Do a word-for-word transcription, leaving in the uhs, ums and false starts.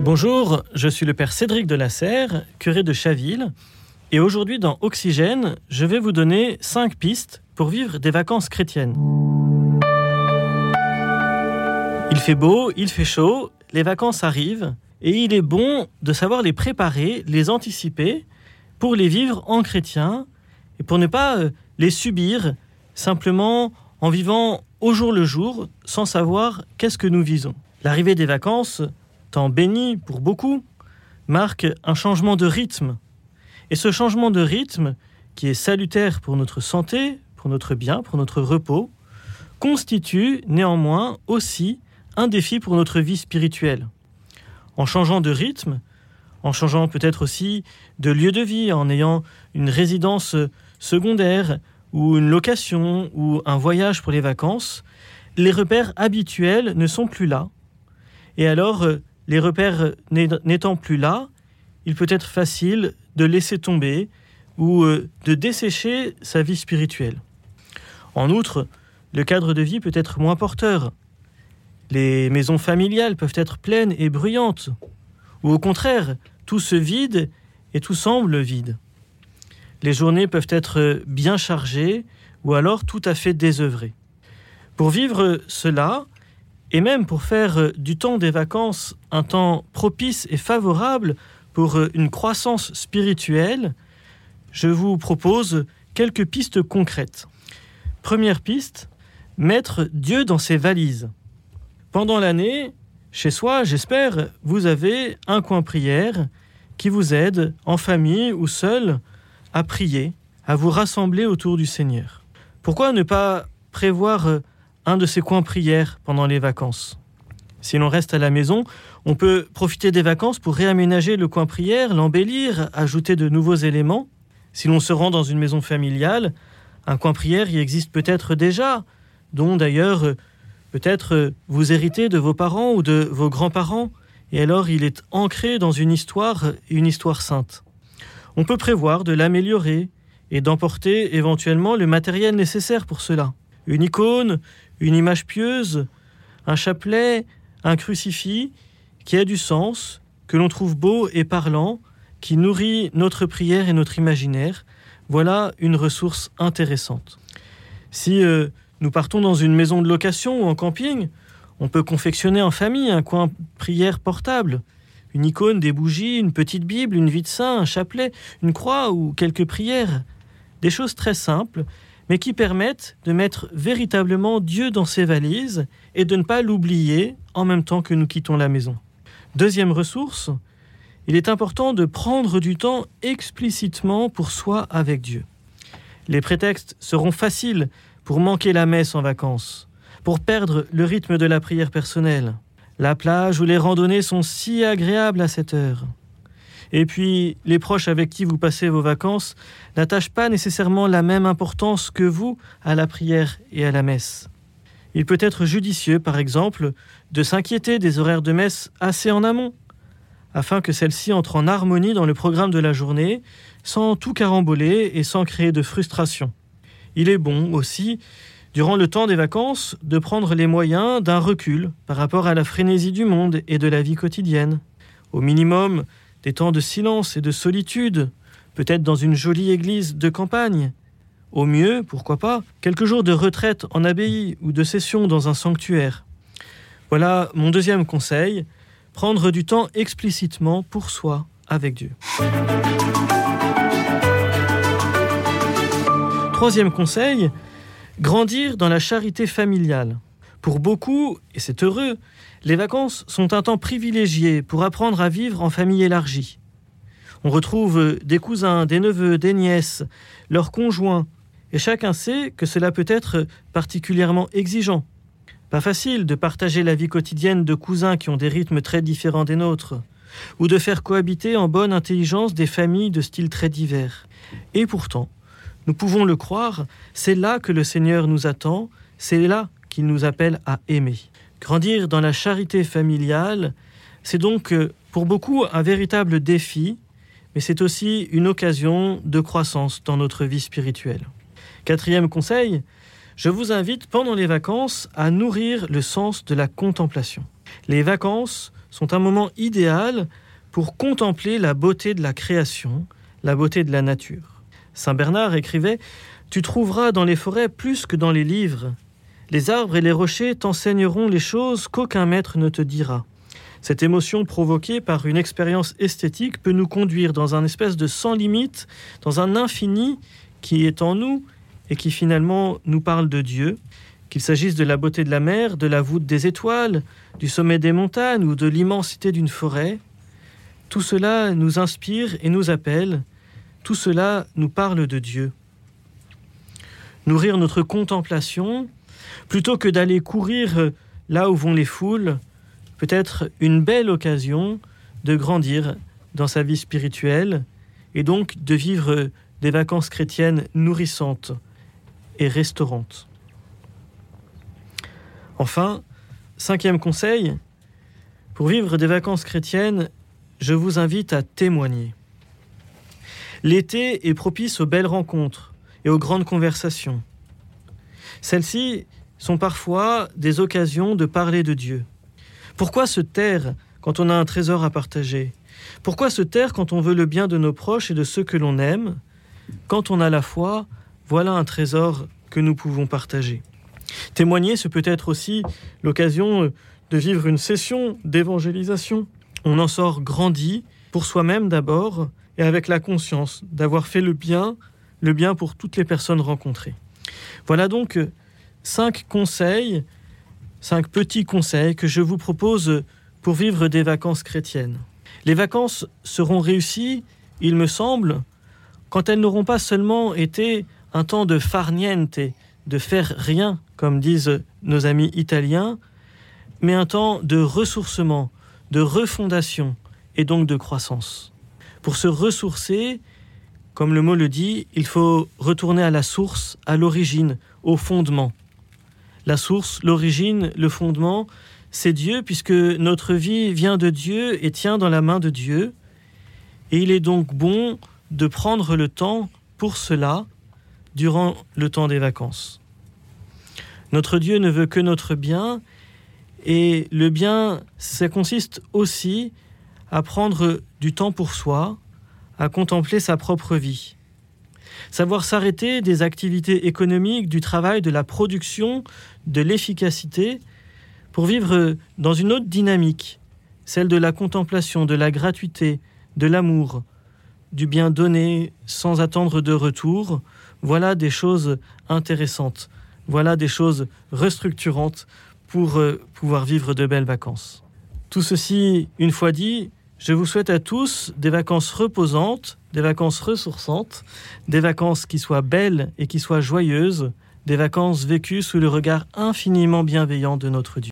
Bonjour, je suis le père Cédric de la Serre, curé de Chaville, et aujourd'hui dans Oxygène, je vais vous donner cinq pistes pour vivre des vacances chrétiennes. Il fait beau, il fait chaud, les vacances arrivent, et il est bon de savoir les préparer, les anticiper, pour les vivre en chrétien, et pour ne pas les subir simplement en vivant au jour le jour, sans savoir qu'est-ce que nous visons. L'arrivée des vacances, temps béni pour beaucoup, marque un changement de rythme. Et ce changement de rythme, qui est salutaire pour notre santé, pour notre bien, pour notre repos, constitue néanmoins aussi un défi pour notre vie spirituelle. En changeant de rythme, en changeant peut-être aussi de lieu de vie, en ayant une résidence secondaire ou une location ou un voyage pour les vacances, les repères habituels ne sont plus là. Et alors, les repères n'étant plus là, il peut être facile de laisser tomber ou de dessécher sa vie spirituelle. En outre, le cadre de vie peut être moins porteur. Les maisons familiales peuvent être pleines et bruyantes. Ou au contraire, tout se vide et tout semble vide. Les journées peuvent être bien chargées ou alors tout à fait désœuvrées. Pour vivre cela, et même pour faire du temps des vacances un temps propice et favorable pour une croissance spirituelle, je vous propose quelques pistes concrètes. Première piste, mettre Dieu dans ses valises. Pendant l'année, chez soi, j'espère, vous avez un coin prière qui vous aide, en famille ou seul, à prier, à vous rassembler autour du Seigneur. Pourquoi ne pas prévoir un de ces coins prières pendant les vacances? Si l'on reste à la maison, on peut profiter des vacances pour réaménager le coin prière, l'embellir, ajouter de nouveaux éléments. Si l'on se rend dans une maison familiale, un coin prière y existe peut-être déjà, dont d'ailleurs peut-être vous héritez de vos parents ou de vos grands-parents, et alors il est ancré dans une histoire, une histoire sainte. On peut prévoir de l'améliorer et d'emporter éventuellement le matériel nécessaire pour cela. Une icône, une image pieuse, un chapelet, un crucifix qui a du sens, que l'on trouve beau et parlant, qui nourrit notre prière et notre imaginaire. Voilà une ressource intéressante. Si euh, nous partons dans une maison de location ou en camping, on peut confectionner en famille un coin prière portable, une icône, des bougies, une petite Bible, une vie de saint, un chapelet, une croix ou quelques prières. Des choses très simples, mais qui permettent de mettre véritablement Dieu dans ses valises et de ne pas l'oublier en même temps que nous quittons la maison. Deuxième ressource, il est important de prendre du temps explicitement pour soi avec Dieu. Les prétextes seront faciles pour manquer la messe en vacances, pour perdre le rythme de la prière personnelle. La plage ou les randonnées sont si agréables à cette heure. Et puis, les proches avec qui vous passez vos vacances n'attachent pas nécessairement la même importance que vous à la prière et à la messe. Il peut être judicieux, par exemple, de s'inquiéter des horaires de messe assez en amont, afin que celle-ci entre en harmonie dans le programme de la journée, sans tout caramboler et sans créer de frustration. Il est bon aussi, durant le temps des vacances, de prendre les moyens d'un recul par rapport à la frénésie du monde et de la vie quotidienne. Au minimum, des temps de silence et de solitude, peut-être dans une jolie église de campagne. Au mieux, pourquoi pas, quelques jours de retraite en abbaye ou de session dans un sanctuaire. Voilà mon deuxième conseil, prendre du temps explicitement pour soi avec Dieu. Troisième conseil, grandir dans la charité familiale. Pour beaucoup, et c'est heureux, les vacances sont un temps privilégié pour apprendre à vivre en famille élargie. On retrouve des cousins, des neveux, des nièces, leurs conjoints, et chacun sait que cela peut être particulièrement exigeant. Pas facile de partager la vie quotidienne de cousins qui ont des rythmes très différents des nôtres, ou de faire cohabiter en bonne intelligence des familles de styles très divers. Et pourtant, nous pouvons le croire, c'est là que le Seigneur nous attend, c'est là qu'il nous appelle à aimer. Grandir dans la charité familiale, c'est donc pour beaucoup un véritable défi, mais c'est aussi une occasion de croissance dans notre vie spirituelle. Quatrième conseil, je vous invite pendant les vacances à nourrir le sens de la contemplation. Les vacances sont un moment idéal pour contempler la beauté de la création, la beauté de la nature. Saint Bernard écrivait « Tu trouveras dans les forêts plus que dans les livres. Les arbres et les rochers t'enseigneront les choses qu'aucun maître ne te dira. » Cette émotion provoquée par une expérience esthétique peut nous conduire dans un espèce de sans limite, dans un infini qui est en nous et qui finalement nous parle de Dieu, qu'il s'agisse de la beauté de la mer, de la voûte des étoiles, du sommet des montagnes ou de l'immensité d'une forêt. Tout cela nous inspire et nous appelle, tout cela nous parle de Dieu. Nourrir notre contemplation, plutôt que d'aller courir là où vont les foules, peut être une belle occasion de grandir dans sa vie spirituelle et donc de vivre des vacances chrétiennes nourrissantes et restaurantes. Enfin, cinquième conseil, pour vivre des vacances chrétiennes, je vous invite à témoigner. L'été est propice aux belles rencontres et aux grandes conversations. Celles-ci sont parfois des occasions de parler de Dieu. Pourquoi se taire quand on a un trésor à partager ? Pourquoi se taire quand on veut le bien de nos proches et de ceux que l'on aime ? Quand on a la foi, voilà un trésor que nous pouvons partager. Témoigner, ce peut être aussi l'occasion de vivre une session d'évangélisation. On en sort grandi, pour soi-même d'abord, et avec la conscience d'avoir fait le bien, le bien pour toutes les personnes rencontrées. Voilà donc cinq conseils, cinq petits conseils que je vous propose pour vivre des vacances chrétiennes. Les vacances seront réussies, il me semble, quand elles n'auront pas seulement été un temps de far niente, de faire rien, comme disent nos amis italiens, mais un temps de ressourcement, de refondation et donc de croissance. Pour se ressourcer, comme le mot le dit, il faut retourner à la source, à l'origine, au fondement. La source, l'origine, le fondement, c'est Dieu, puisque notre vie vient de Dieu et tient dans la main de Dieu. Et il est donc bon de prendre le temps pour cela durant le temps des vacances. Notre Dieu ne veut que notre bien, et le bien, ça consiste aussi à prendre du temps pour soi, à contempler sa propre vie. Savoir s'arrêter des activités économiques, du travail, de la production, de l'efficacité, pour vivre dans une autre dynamique, celle de la contemplation, de la gratuité, de l'amour, du bien donné sans attendre de retour. Voilà des choses intéressantes, voilà des choses restructurantes pour pouvoir vivre de belles vacances. Tout ceci, une fois dit, je vous souhaite à tous des vacances reposantes, des vacances ressourçantes, des vacances qui soient belles et qui soient joyeuses, des vacances vécues sous le regard infiniment bienveillant de notre Dieu.